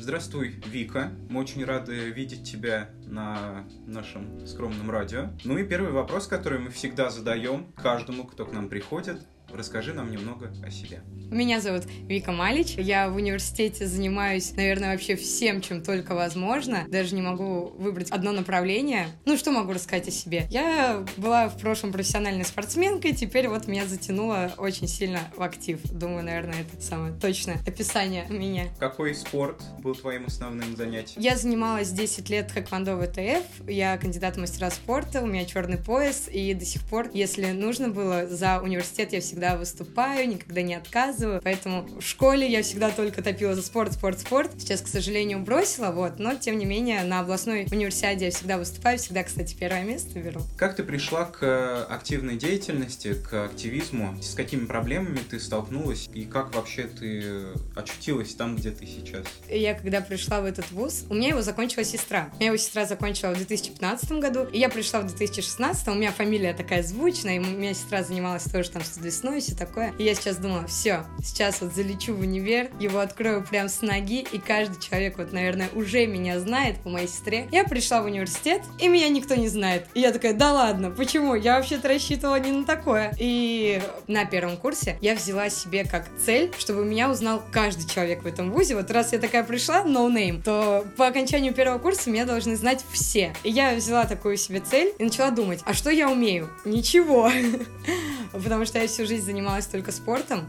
Здравствуй, Вика. Мы очень рады видеть тебя на нашем скромном радио. Ну и первый вопрос, который мы всегда задаем каждому, кто к нам приходит. Расскажи нам немного о себе. Меня зовут Вика Малич. Я в университете занимаюсь, наверное, вообще всем, чем только возможно. Даже не могу выбрать одно направление. Ну, что могу рассказать о себе? Я была в прошлом профессиональной спортсменкой, теперь вот меня затянуло очень сильно в актив. Думаю, наверное, это самое точное описание меня. Какой спорт был твоим основным занятием? Я занималась 10 лет хэквондо ВТФ. Я кандидат в мастера спорта, у меня черный пояс, и до сих пор, если нужно было, за университет я всегда выступаю, никогда не отказываю, поэтому в школе я всегда только топила за спорт. Сейчас, к сожалению, бросила, но, тем не менее, на областной универсиаде я всегда выступаю, всегда, кстати, первое место беру. Как ты пришла к активной деятельности, к активизму? С какими проблемами ты столкнулась и как вообще ты очутилась там, где ты сейчас? Я, когда пришла в этот вуз, у меня его закончила сестра. У меня его сестра закончила в 2015 году, и я пришла в 2016, у меня фамилия такая звучная, и у меня сестра занималась тоже там студвесной и все такое. И я сейчас думала, все, сейчас вот залечу в универ, его открою прям с ноги, и каждый человек вот, наверное, уже меня знает по моей сестре. Я пришла в университет, и меня никто не знает. И я такая, да ладно, почему? Я вообще-то рассчитывала не на такое. И на первом курсе я взяла себе как цель, чтобы меня узнал каждый человек в этом вузе. Вот раз я такая пришла, no name, то по окончанию первого курса меня должны знать все. И я взяла такую себе цель и начала думать, а что я умею? Ничего. Потому что я всю жизнь занималась только спортом,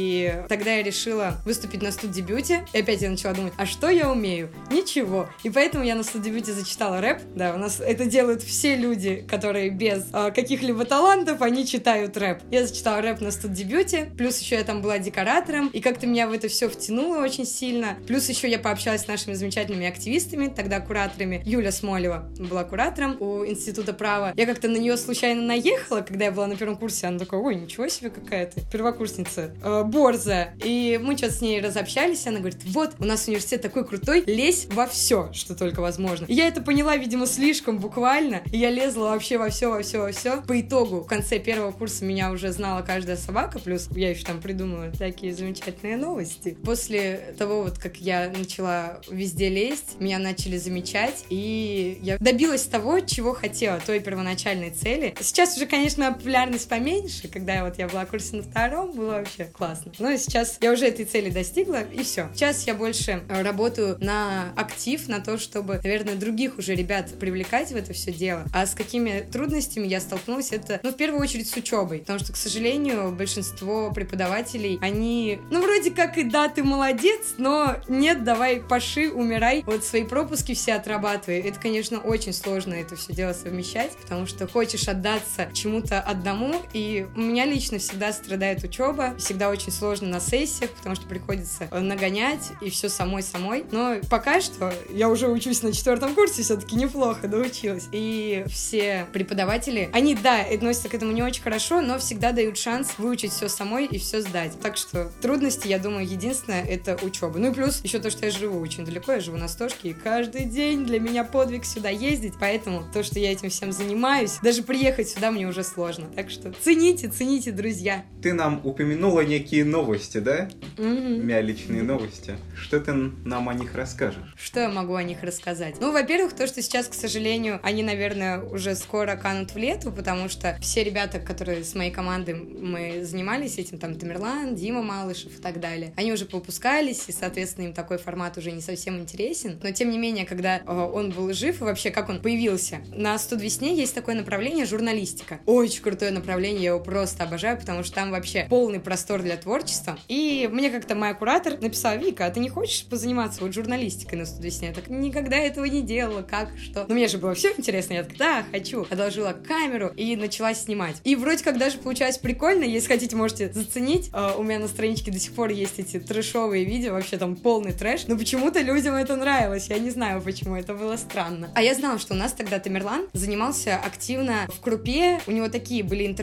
и тогда я решила выступить на студ-дебюте, и опять я начала думать, а что я умею? Ничего. И поэтому я на студ-дебюте зачитала рэп, да, у нас это делают все люди, которые без каких-либо талантов, они читают рэп. Я зачитала рэп на студ-дебюте, плюс еще я там была декоратором, и как-то меня в это все втянуло очень сильно, плюс еще я пообщалась с нашими замечательными активистами, тогда кураторами. Юля Смолева была куратором у Института права. Я как-то на нее случайно наехала, когда я была на первом курсе, она такая, ой, ничего себе какая-то первокурсница, борзая. И мы что-то с ней разобщались, и она говорит, вот, у нас университет такой крутой, лезь во все, что только возможно. И я это поняла, видимо, слишком буквально, и я лезла вообще во все. По итогу, в конце первого курса меня уже знала каждая собака, плюс я еще там придумала такие замечательные новости. После того, вот как я начала везде лезть, меня начали замечать, и я добилась того, чего хотела, той первоначальной цели. Сейчас уже, конечно, популярность поменьше, когда я была в курсе на втором, было вообще классно. Но сейчас я уже этой цели достигла, и все. Сейчас я больше работаю на актив, на то, чтобы, наверное, других уже ребят привлекать в это все дело. А с какими трудностями я столкнулась, это, в первую очередь, с учебой. Потому что, к сожалению, большинство преподавателей, они, вроде как и да, ты молодец, но нет, давай, паши, умирай, вот свои пропуски все отрабатывай. Это, конечно, очень сложно это все дело совмещать, потому что хочешь отдаться чему-то одному, и у меня лично всегда страдает учеба, всегда очень сложно на сессиях, потому что приходится нагонять, и все самой. Но пока что я уже учусь на 4-м курсе, все-таки неплохо доучилась. И все преподаватели, они, да, относятся к этому не очень хорошо, но всегда дают шанс выучить все самой и все сдать. Так что трудности, я думаю, единственное — это учеба. Ну и плюс еще то, что я живу очень далеко, я живу на Стожке, и каждый день для меня подвиг сюда ездить, поэтому то, что я этим всем занимаюсь, даже приехать сюда мне уже сложно. Так что цените, друзья. Ты нам упомянула некие новости, да? Mm-hmm. Личные новости. Что ты нам о них расскажешь? Что я могу о них рассказать? Во-первых, то, что сейчас, к сожалению, они, наверное, уже скоро канут в лету, потому что все ребята, которые с моей команды мы занимались этим, там, Тамерлан, Дима Малышев и так далее, они уже попускались, и, соответственно, им такой формат уже не совсем интересен. Но, тем не менее, когда он был жив, и вообще, как он появился, на студ-весне есть такое направление — журналистика. Очень крутое направление, я его просто обожаю, потому что там вообще полный простор для творчества. И мне как-то моя куратор написала: Вика, а ты не хочешь позаниматься вот журналистикой на студ-весне? Я так никогда этого не делала, как, что? Но мне же было все интересно, я такая, да, хочу. Одолжила камеру и начала снимать. И вроде как даже получалось прикольно, если хотите, можете заценить. У меня на страничке до сих пор есть эти трэшовые видео, вообще там полный трэш, но почему-то людям это нравилось, я не знаю почему, это было странно. А я знала, что у нас тогда Тамерлан занимался активно в Крупе, у него такие были интервью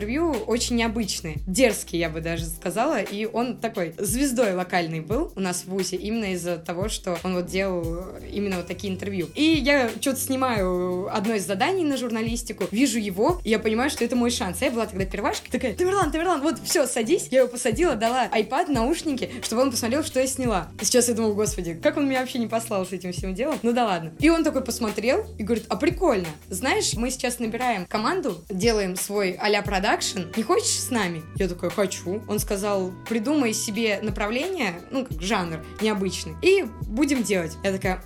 очень необычные, дерзкие, я бы даже сказала, и он такой звездой локальный был у нас в ВУЗе именно из-за того, что он вот делал именно вот такие интервью. И я что-то снимаю одно из заданий на журналистику, вижу его, и я понимаю, что это мой шанс. Я была тогда первашкой, такая: Тамерлан, вот, все, садись. Я его посадила, дала iPad, наушники, чтобы он посмотрел, что я сняла. И сейчас я думаю: господи, как он меня вообще не послал с этим всем делом? Ну да ладно. И он такой посмотрел и говорит: а прикольно. Знаешь, мы сейчас набираем команду, делаем свой а-ля продакшн. Не хочешь с нами? Я такая: хочу. Он сказал: придумай себе направление, ну, как жанр необычный, и будем делать. Я такая: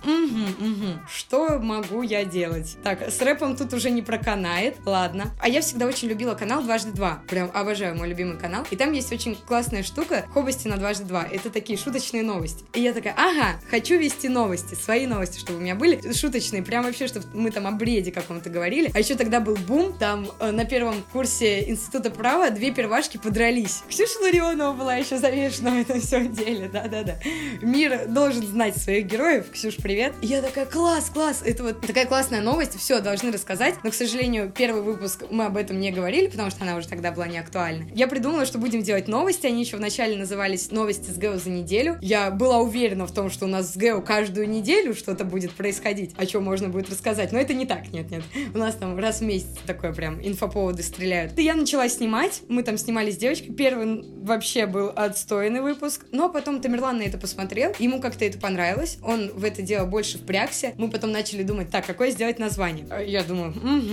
что могу я делать? Так, с рэпом тут уже не проканает, ладно. А я всегда очень любила канал «Дважды два». Прям обожаю мой любимый канал. И там есть очень классная штука «Хобости на дважды два». Это такие шуточные новости. И я такая: ага, хочу вести новости, свои новости, чтобы у меня были шуточные, прям вообще, чтобы мы там о бреде каком-то говорили. А еще тогда был бум, там на первом курсе Института права 2 первашки подрались. Ксюша Ларионова была еще замешана в этом всем деле, да-да-да. Мир должен знать своих героев. Ксюш, привет. И я такая: класс, это вот такая классная новость, все, должны рассказать. Но, к сожалению, первый выпуск мы об этом не говорили, потому что она уже тогда была не актуальна. Я придумала, что будем делать новости, они еще вначале назывались «Новости с ГЭО за неделю». Я была уверена в том, что у нас с ГЭО каждую неделю что-то будет происходить, о чем можно будет рассказать, но это не так, нет. У нас там раз в месяц такое прям инфоповоды стреляют. И я начала снимать, мы там снимали с девочкой, первый вообще был отстойный выпуск, но потом Тамерлан на это посмотрел, ему как-то это понравилось, он в это дело больше впрягся, мы потом начали думать: так, какое сделать название? Я думаю: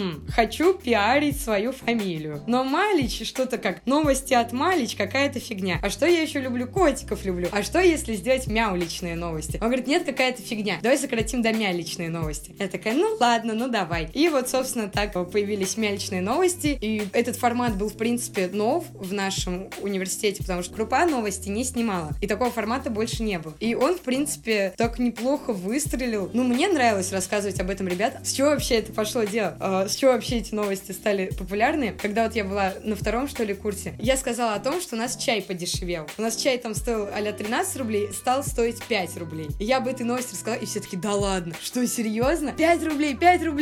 хочу пиарить свою фамилию, но Малич, что-то как новости от Малич, какая-то фигня. А что я еще люблю? Котиков люблю. А что если сделать мяуличные новости? Он говорит: нет, какая-то фигня, давай сократим до мяличные новости. Я такая: ну ладно, ну давай. И вот, собственно, так появились мяличные новости, и этот формат был, в принципе, нов в нашем университете, потому что Крупа новости не снимала, и такого формата больше не было. И он, в принципе, так неплохо выстрелил. Ну, мне нравилось рассказывать об этом, ребят. С чего вообще это пошло дело? С чего вообще эти новости стали популярны? Когда вот я была на втором, что ли, курсе, я сказала о том, что у нас чай подешевел. У нас чай там стоил а-ля 13 рублей, стал стоить 5 рублей. И я об этой новости рассказала, и все таки: да ладно, что, серьезно? 5 рублей!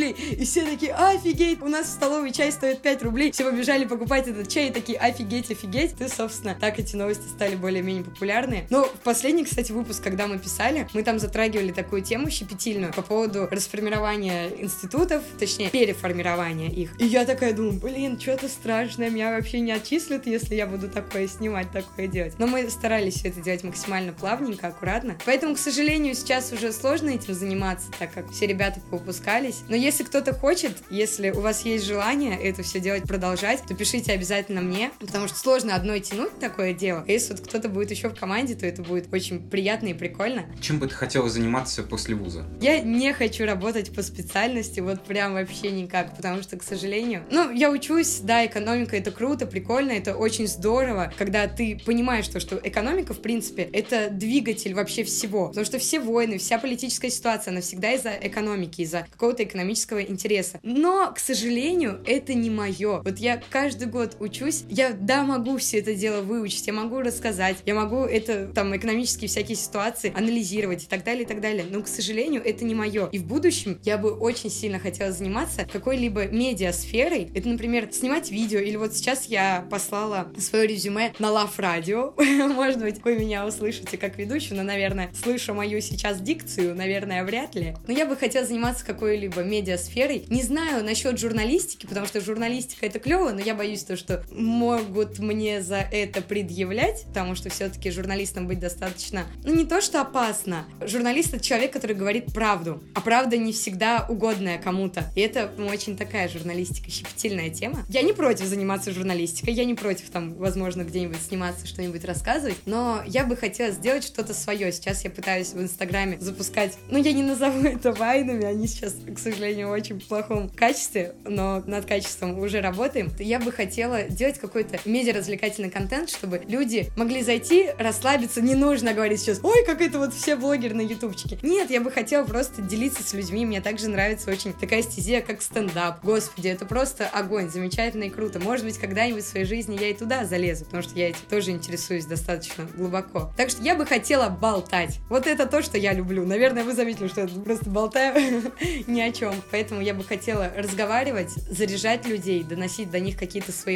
И все такие: офигеть, у нас в столовой чай стоит 5 рублей. Все побежали покупать этот чай и такие: офигеть. И, собственно, так эти новости стали более-менее популярны. Но в последний, кстати, выпуск, когда мы писали, мы там затрагивали такую тему щепетильную по поводу расформирования институтов, точнее, переформирования их. И я такая думаю: блин, что-то страшное, меня вообще не отчислят, если я буду такое снимать, такое делать. Но мы старались все это делать максимально плавненько, аккуратно. Поэтому, к сожалению, сейчас уже сложно этим заниматься, так как все ребята поупускались. Но если кто-то хочет, если у вас есть желание это все делать, продолжать, то пишите обязательно мне, потому что сложно одной тянуть такое дело. А если вот кто-то будет еще в команде, то это будет очень приятно и прикольно. Чем бы ты хотела заниматься после вуза? Я не хочу работать по специальности, вот прям вообще никак, потому что, к сожалению, я учусь, да, экономика — это круто, прикольно, это очень здорово, когда ты понимаешь что экономика, в принципе, это двигатель вообще всего, потому что все войны, вся политическая ситуация, она всегда из-за экономики, из-за какого-то экономического интереса. Но, к сожалению, это не мое. Вот я каждый год учусь, я, да, могу все это дело выучить, я могу рассказать, я могу это, там, экономические всякие ситуации анализировать и так далее, но, к сожалению, это не мое. И в будущем я бы очень сильно хотела заниматься какой-либо медиасферой. Это, например, снимать видео, или вот сейчас я послала свое резюме на Love Radio. Может быть, вы меня услышите как ведущую, но, наверное, слышу мою сейчас дикцию, наверное, вряд ли. Но я бы хотела заниматься какой-либо медиасферой. Не знаю насчет журналистики, потому что журналистика — это клево, но я боюсь то, что могут мне за это предъявлять, потому что все-таки журналистом быть достаточно, не то что опасно. Журналист — это человек, который говорит правду, а правда не всегда угодная кому-то. И это очень такая журналистика, щепетильная тема. Я не против заниматься журналистикой, я не против там, возможно, где-нибудь сниматься, что-нибудь рассказывать, но я бы хотела сделать что-то свое. Сейчас я пытаюсь в Инстаграме запускать, я не назову это вайнами, они сейчас, к сожалению, в очень плохом качестве, но над качеством уже работаем. Я бы хотела делать какой-то медиа-развлекательный контент, чтобы люди могли зайти, расслабиться, не нужно говорить сейчас: ой, как это вот все блогеры на ютубчике. Нет, я бы хотела просто делиться с людьми, мне также нравится очень такая стезия, как стендап. Господи, это просто огонь, замечательно и круто. Может быть, когда-нибудь в своей жизни я и туда залезу, потому что я этим тоже интересуюсь достаточно глубоко. Так что я бы хотела болтать. Вот это то, что я люблю. Наверное, вы заметили, что я просто болтаю ни о чем. Поэтому я бы хотела разговаривать, заряжать людей, доносить до них какие-то свои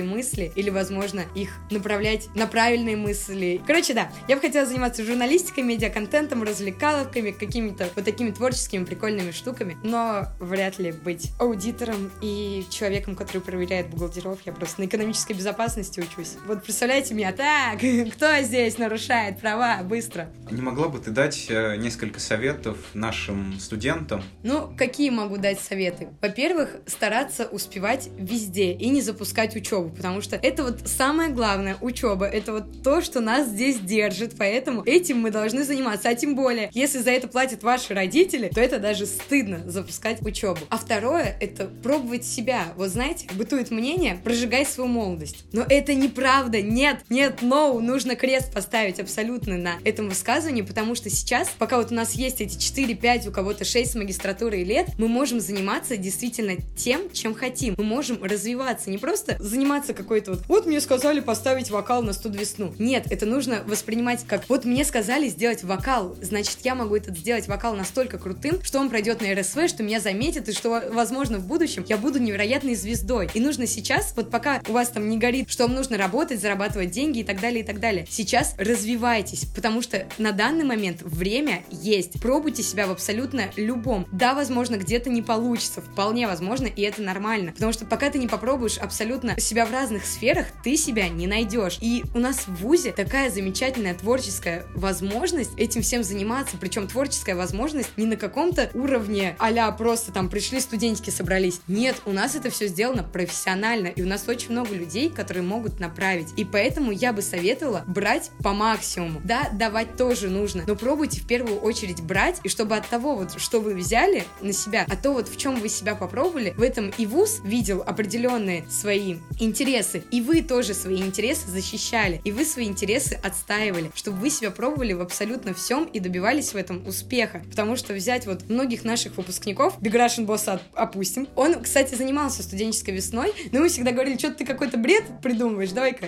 мысли или, возможно, их направлять на правильные мысли. Короче, да, я бы хотела заниматься журналистикой, медиаконтентом, развлекаловками, какими-то вот такими творческими прикольными штуками, но вряд ли быть аудитором и человеком, который проверяет бухгалтеров. Я просто на экономической безопасности учусь. Вот представляете меня так, кто здесь нарушает права? Быстро. Не могла бы ты дать несколько советов нашим студентам? Ну, какие могу дать советы? Во-первых, стараться успевать везде и не запускать учебу, потому что это вот самое главное, учеба, это вот то, что нас здесь держит, поэтому этим мы должны заниматься, а тем более, если за это платят ваши родители, то это даже стыдно запускать учебу. А второе, это пробовать себя. Вот знаете, бытует мнение, прожигай свою молодость. Но это неправда, нет, no, нужно крест поставить абсолютно на этом высказывании, потому что сейчас, пока вот у нас есть эти 4-5, у кого-то 6 магистратуры и лет, мы можем заниматься действительно тем, чем хотим. Мы можем развиваться, не просто заниматься какой-то вот мне сказали поставить вокал на студ весну. Нет, это нужно воспринимать как вот мне сказали сделать вокал, значит, я могу этот сделать вокал настолько крутым, что он пройдет на РСВ, что меня заметят, и что, возможно, в будущем я буду невероятной звездой. И нужно сейчас, вот пока у вас там не горит, что вам нужно работать, зарабатывать деньги и так далее, и так далее. Сейчас развивайтесь, потому что на данный момент время есть. Пробуйте себя в абсолютно любом. Да, возможно, где-то не получится, вполне возможно, и это нормально. Потому что пока ты не попробуешь абсолютно себя в разных сферах, ты себя не найдешь. И у нас в вузе такая замечательная творческая возможность этим всем заниматься, причем творческая возможность не на каком-то уровне а-ля просто там пришли студентики собрались. Нет, у нас это все сделано профессионально, и у нас очень много людей, которые могут направить. И поэтому я бы советовала брать по максимуму. Да, давать тоже нужно, но пробуйте в первую очередь брать, и чтобы от того вот, что вы взяли на себя, а то вот в чем вы себя попробовали, в этом и вуз видел определенные свои интересы, и вы тоже свои интересы защищали, и вы свои интересы отстаивали, чтобы вы себя пробовали в абсолютно всем и добивались в этом успеха. Потому что взять вот многих наших выпускников, Big Russian Boss опустим, он, кстати, занимался студенческой весной, но мы всегда говорили, что ты какой-то бред придумываешь, давай-ка.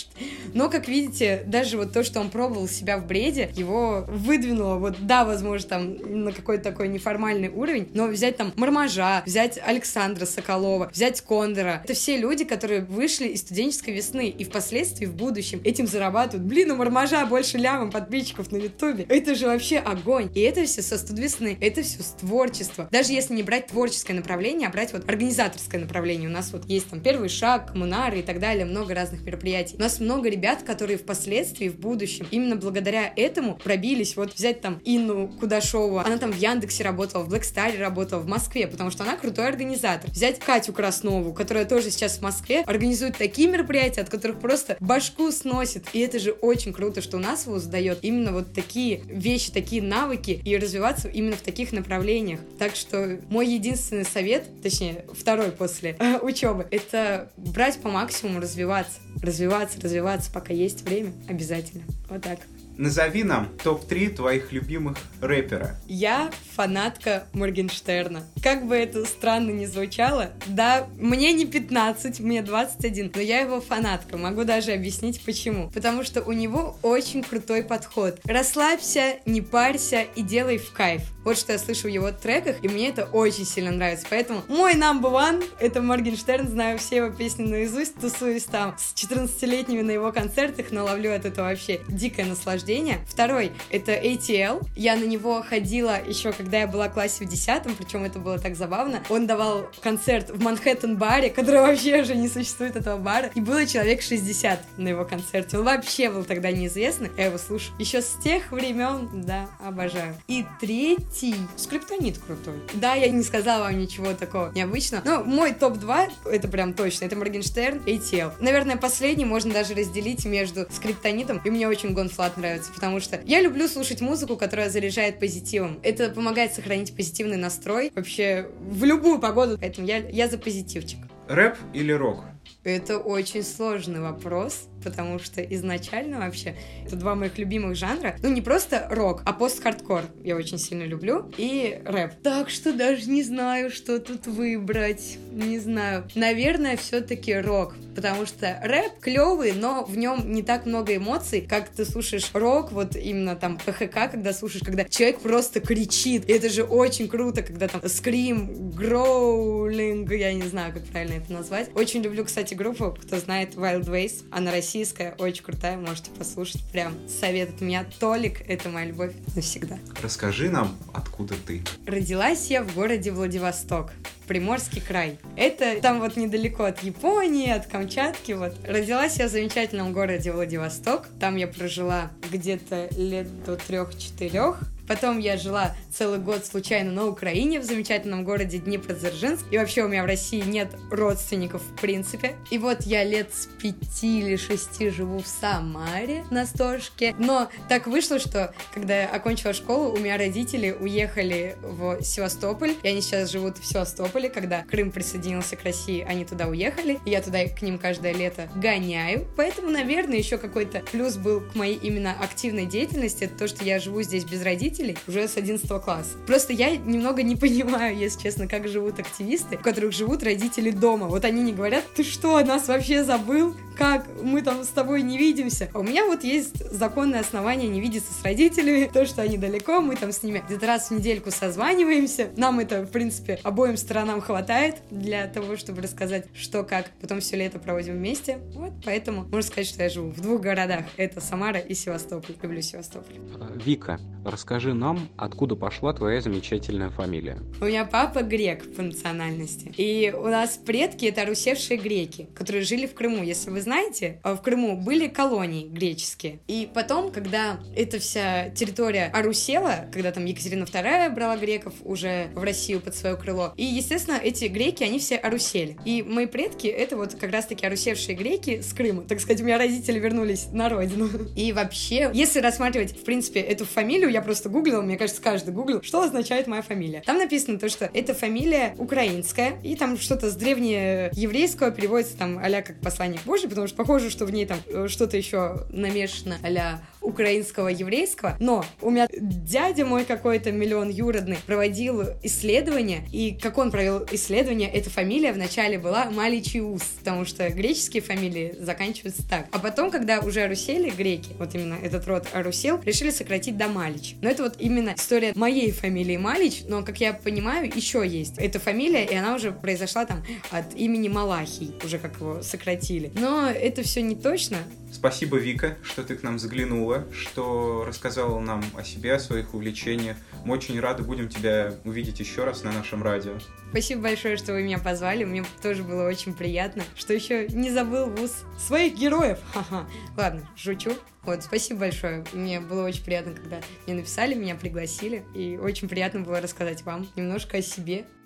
Но, как видите, даже вот то, что он пробовал себя в бреде, его выдвинуло, вот, да, возможно, там, на какой-то такой неформальный уровень, но взять там Мармажа, взять Александра Соколова, взять Кондора, это все люди, которые вышли из студенческой весны и впоследствии в будущем этим зарабатывают. Блин, у Мармажа больше лямом подписчиков на Ютубе. Это же вообще огонь. И это все со студвесны, это все с творчества. Даже если не брать творческое направление, а брать вот организаторское направление. У нас вот есть там первый шаг, коммунары и так далее, много разных мероприятий. У нас много ребят, которые впоследствии, в будущем, именно благодаря этому пробились. Вот взять там Инну Кудашову, она там в Яндексе работала, в Блэкстаре работала, в Москве, потому что она крутой организатор. Взять Катю Краснову, которая тоже сейчас в Москве организует такие мероприятия, от которых просто башку сносит. И это же очень круто, что у нас ВУЗ дает именно вот такие вещи, такие навыки и развиваться именно в таких направлениях. Так что мой единственный совет, точнее, второй после учебы, это брать по максимуму, развиваться, пока есть время, обязательно. Вот так. Назови нам топ-3 твоих любимых рэпера. Я фанатка Моргенштерна. Как бы это странно ни звучало, да, мне не 15, мне 21, но я его фанатка. Могу даже объяснить почему. Потому что у него очень крутой подход. Расслабься, не парься и делай в кайф. Вот что я слышу в его треках, и мне это очень сильно нравится. Поэтому мой number one — это Моргенштерн. Знаю все его песни наизусть, тусуюсь там с 14-летними на его концертах, но ловлю от этого вообще дикое наслаждение. Второй — это ATL. Я на него ходила еще когда я была в классе в 10-м, причем это было так забавно. Он давал концерт в Манхэттен-баре, который вообще уже не существует, этого бара, и было человек 60 на его концерте. Он вообще был тогда неизвестный, я его слушаю еще с тех времен, да, обожаю. И третий — Скриптонит крутой. Да, я не сказала вам ничего такого необычного, но мой топ-2, это прям точно, это Моргенштерн, ATL. Наверное, последний можно даже разделить между Скриптонитом, и мне очень Гонфлат нравится, потому что я люблю слушать музыку, которая заряжает позитивом. Это помогает сохранить позитивный настрой вообще в любую погоду, поэтому я за позитивчик. Рэп или рок? Это очень сложный вопрос. потому что изначально вообще это два моих любимых жанра. Ну, не просто рок, а пост-хардкор я очень сильно люблю, и рэп. Так что даже не знаю, что тут выбрать. Не знаю. Наверное, все-таки рок, потому что рэп клевый, но в нем не так много эмоций, как ты слушаешь рок, вот именно там ПХК, когда слушаешь, когда человек просто кричит. И это же очень круто, когда там скрим, гроулинг, я не знаю, как правильно это назвать. Очень люблю, кстати, группу, кто знает, Wild Ways. Она российская, очень крутая, можете послушать. Прям совет от меня. Толик — это моя любовь навсегда. Расскажи нам, откуда ты. Родилась я в городе Владивосток, Приморский край. Это там вот недалеко от Японии, от Камчатки, вот. Родилась я в замечательном городе Владивосток. Там я прожила где-то лет до 3-4. Потом я жила целый год случайно на Украине, в замечательном городе Днепродзержинск. И вообще у меня в России нет родственников в принципе. И вот я лет с 5 или 6 живу в Самаре на Сторжке. Но так вышло, что когда я окончила школу, у меня родители уехали в Севастополь. И они сейчас живут в Севастополе. Когда Крым присоединился к России, они туда уехали. И я туда к ним каждое лето гоняю. Поэтому, наверное, еще какой-то плюс был к моей именно активной деятельности. Это то, что я живу здесь без родителей уже с 11 класса. Просто я немного не понимаю, если честно, как живут активисты, у которых живут родители дома. Вот они не говорят: ты что, нас вообще забыл? Как? Мы там с тобой не видимся. А у меня вот есть законное основание не видеться с родителями, то, что они далеко, мы там с ними где-то раз в недельку созваниваемся. Нам это, в принципе, обоим сторонам хватает для того, чтобы рассказать, что как. Потом все лето проводим вместе. Вот, поэтому можно сказать, что я живу в 2 городах. Это Самара и Севастополь. Люблю Севастополь. Вика, расскажи нам, откуда пошла твоя замечательная фамилия. У меня папа грек по национальности. И у нас предки — это орусевшие греки, которые жили в Крыму. Если вы знаете, в Крыму были колонии греческие. И потом, когда эта вся территория орусела, когда там Екатерина II брала греков уже в Россию под свое крыло, и, естественно, эти греки, они все орусели. И мои предки — это вот как раз-таки орусевшие греки с Крыма. Так сказать, у меня родители вернулись на родину. И вообще, если рассматривать, в принципе, эту фамилию, я просто гуглила, мне кажется, каждый гуглил, что означает моя фамилия. Там написано то, что это фамилия украинская, и там что-то с древнееврейского переводится там а-ля как посланник Божий, потому что похоже, что в ней там что-то еще намешано а-ля украинского, еврейского. Но у меня дядя мой какой-то миллионюродный проводил исследования, и как он провел исследование, эта фамилия вначале была Маличиус, потому что греческие фамилии заканчиваются так. А потом, когда уже орусели греки, вот именно этот род орусел, решили сократить до Малич. Но это вот именно история моей фамилии Малич, но, как я понимаю, еще есть эта фамилия, и она уже произошла там от имени Малахий, уже как его сократили. Но это все не точно. Спасибо, Вика, что ты к нам заглянула, что рассказала нам о себе, о своих увлечениях. Мы очень рады будем тебя увидеть еще раз на нашем радио. Спасибо большое, что вы меня позвали. Мне тоже было очень приятно, что еще не забыл вуз своих героев. Ха-ха. Ладно, шучу. Вот, спасибо большое. Мне было очень приятно, когда мне написали, меня пригласили. И очень приятно было рассказать вам немножко о себе.